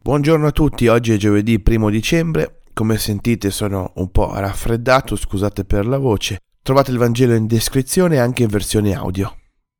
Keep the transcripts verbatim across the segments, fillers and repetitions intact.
Buongiorno a tutti, oggi è giovedì primo dicembre, come sentite sono un po' raffreddato, scusate per la voce. Trovate il Vangelo in descrizione anche in versione audio.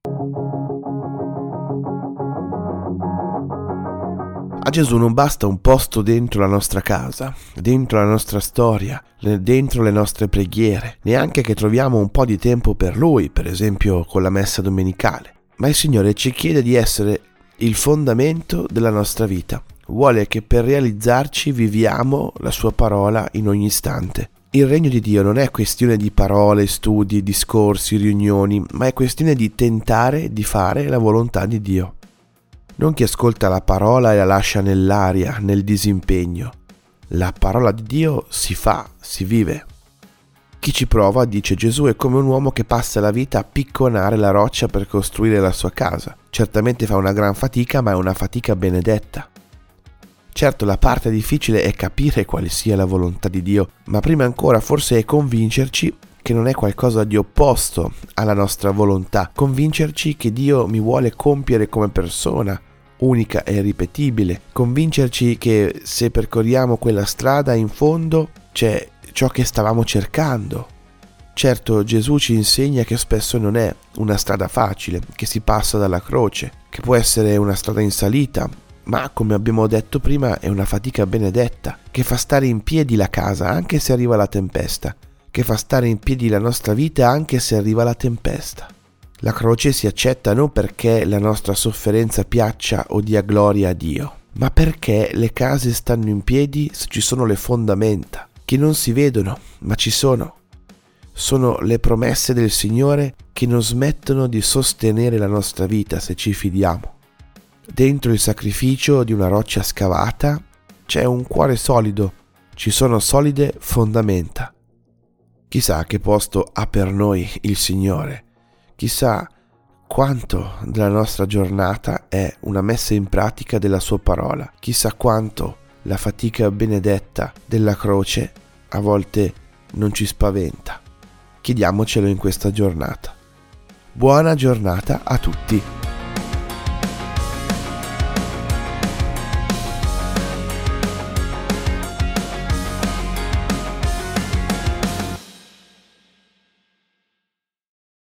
A Gesù non basta un posto dentro la nostra casa, dentro la nostra storia, dentro le nostre preghiere, neanche che troviamo un po' di tempo per Lui, per esempio con la messa domenicale. Ma il Signore ci chiede di essere il fondamento della nostra vita. Vuole che per realizzarci viviamo la sua parola in ogni istante. Il regno di Dio non è questione di parole, studi, discorsi, riunioni, ma è questione di tentare di fare la volontà di Dio. Non chi ascolta la parola e la lascia nell'aria, nel disimpegno. La parola di Dio si fa, si vive. Chi ci prova, dice Gesù, è come un uomo che passa la vita a picconare la roccia per costruire la sua casa. Certamente fa una gran fatica, ma è una fatica benedetta. Certo, la parte difficile è capire quale sia la volontà di Dio, ma prima ancora forse è convincerci che non è qualcosa di opposto alla nostra volontà, convincerci che Dio mi vuole compiere come persona, unica e irripetibile, convincerci che se percorriamo quella strada in fondo c'è ciò che stavamo cercando. Certo, Gesù ci insegna che spesso non è una strada facile, che si passa dalla croce, che può essere una strada in salita, ma come abbiamo detto prima è una fatica benedetta, che fa stare in piedi la casa anche se arriva la tempesta, che fa stare in piedi la nostra vita anche se arriva la tempesta. La croce si accetta non perché la nostra sofferenza piaccia o dia gloria a Dio, ma perché le case stanno in piedi se ci sono le fondamenta, che non si vedono, ma ci sono. Sono le promesse del Signore che non smettono di sostenere la nostra vita se ci fidiamo. Dentro il sacrificio di una roccia scavata c'è un cuore solido, ci sono solide fondamenta. Chissà che posto ha per noi il Signore, chissà quanto della nostra giornata è una messa in pratica della sua parola, chissà quanto la fatica benedetta della croce a volte non ci spaventa. Chiediamocelo in questa giornata. Buona giornata a tutti.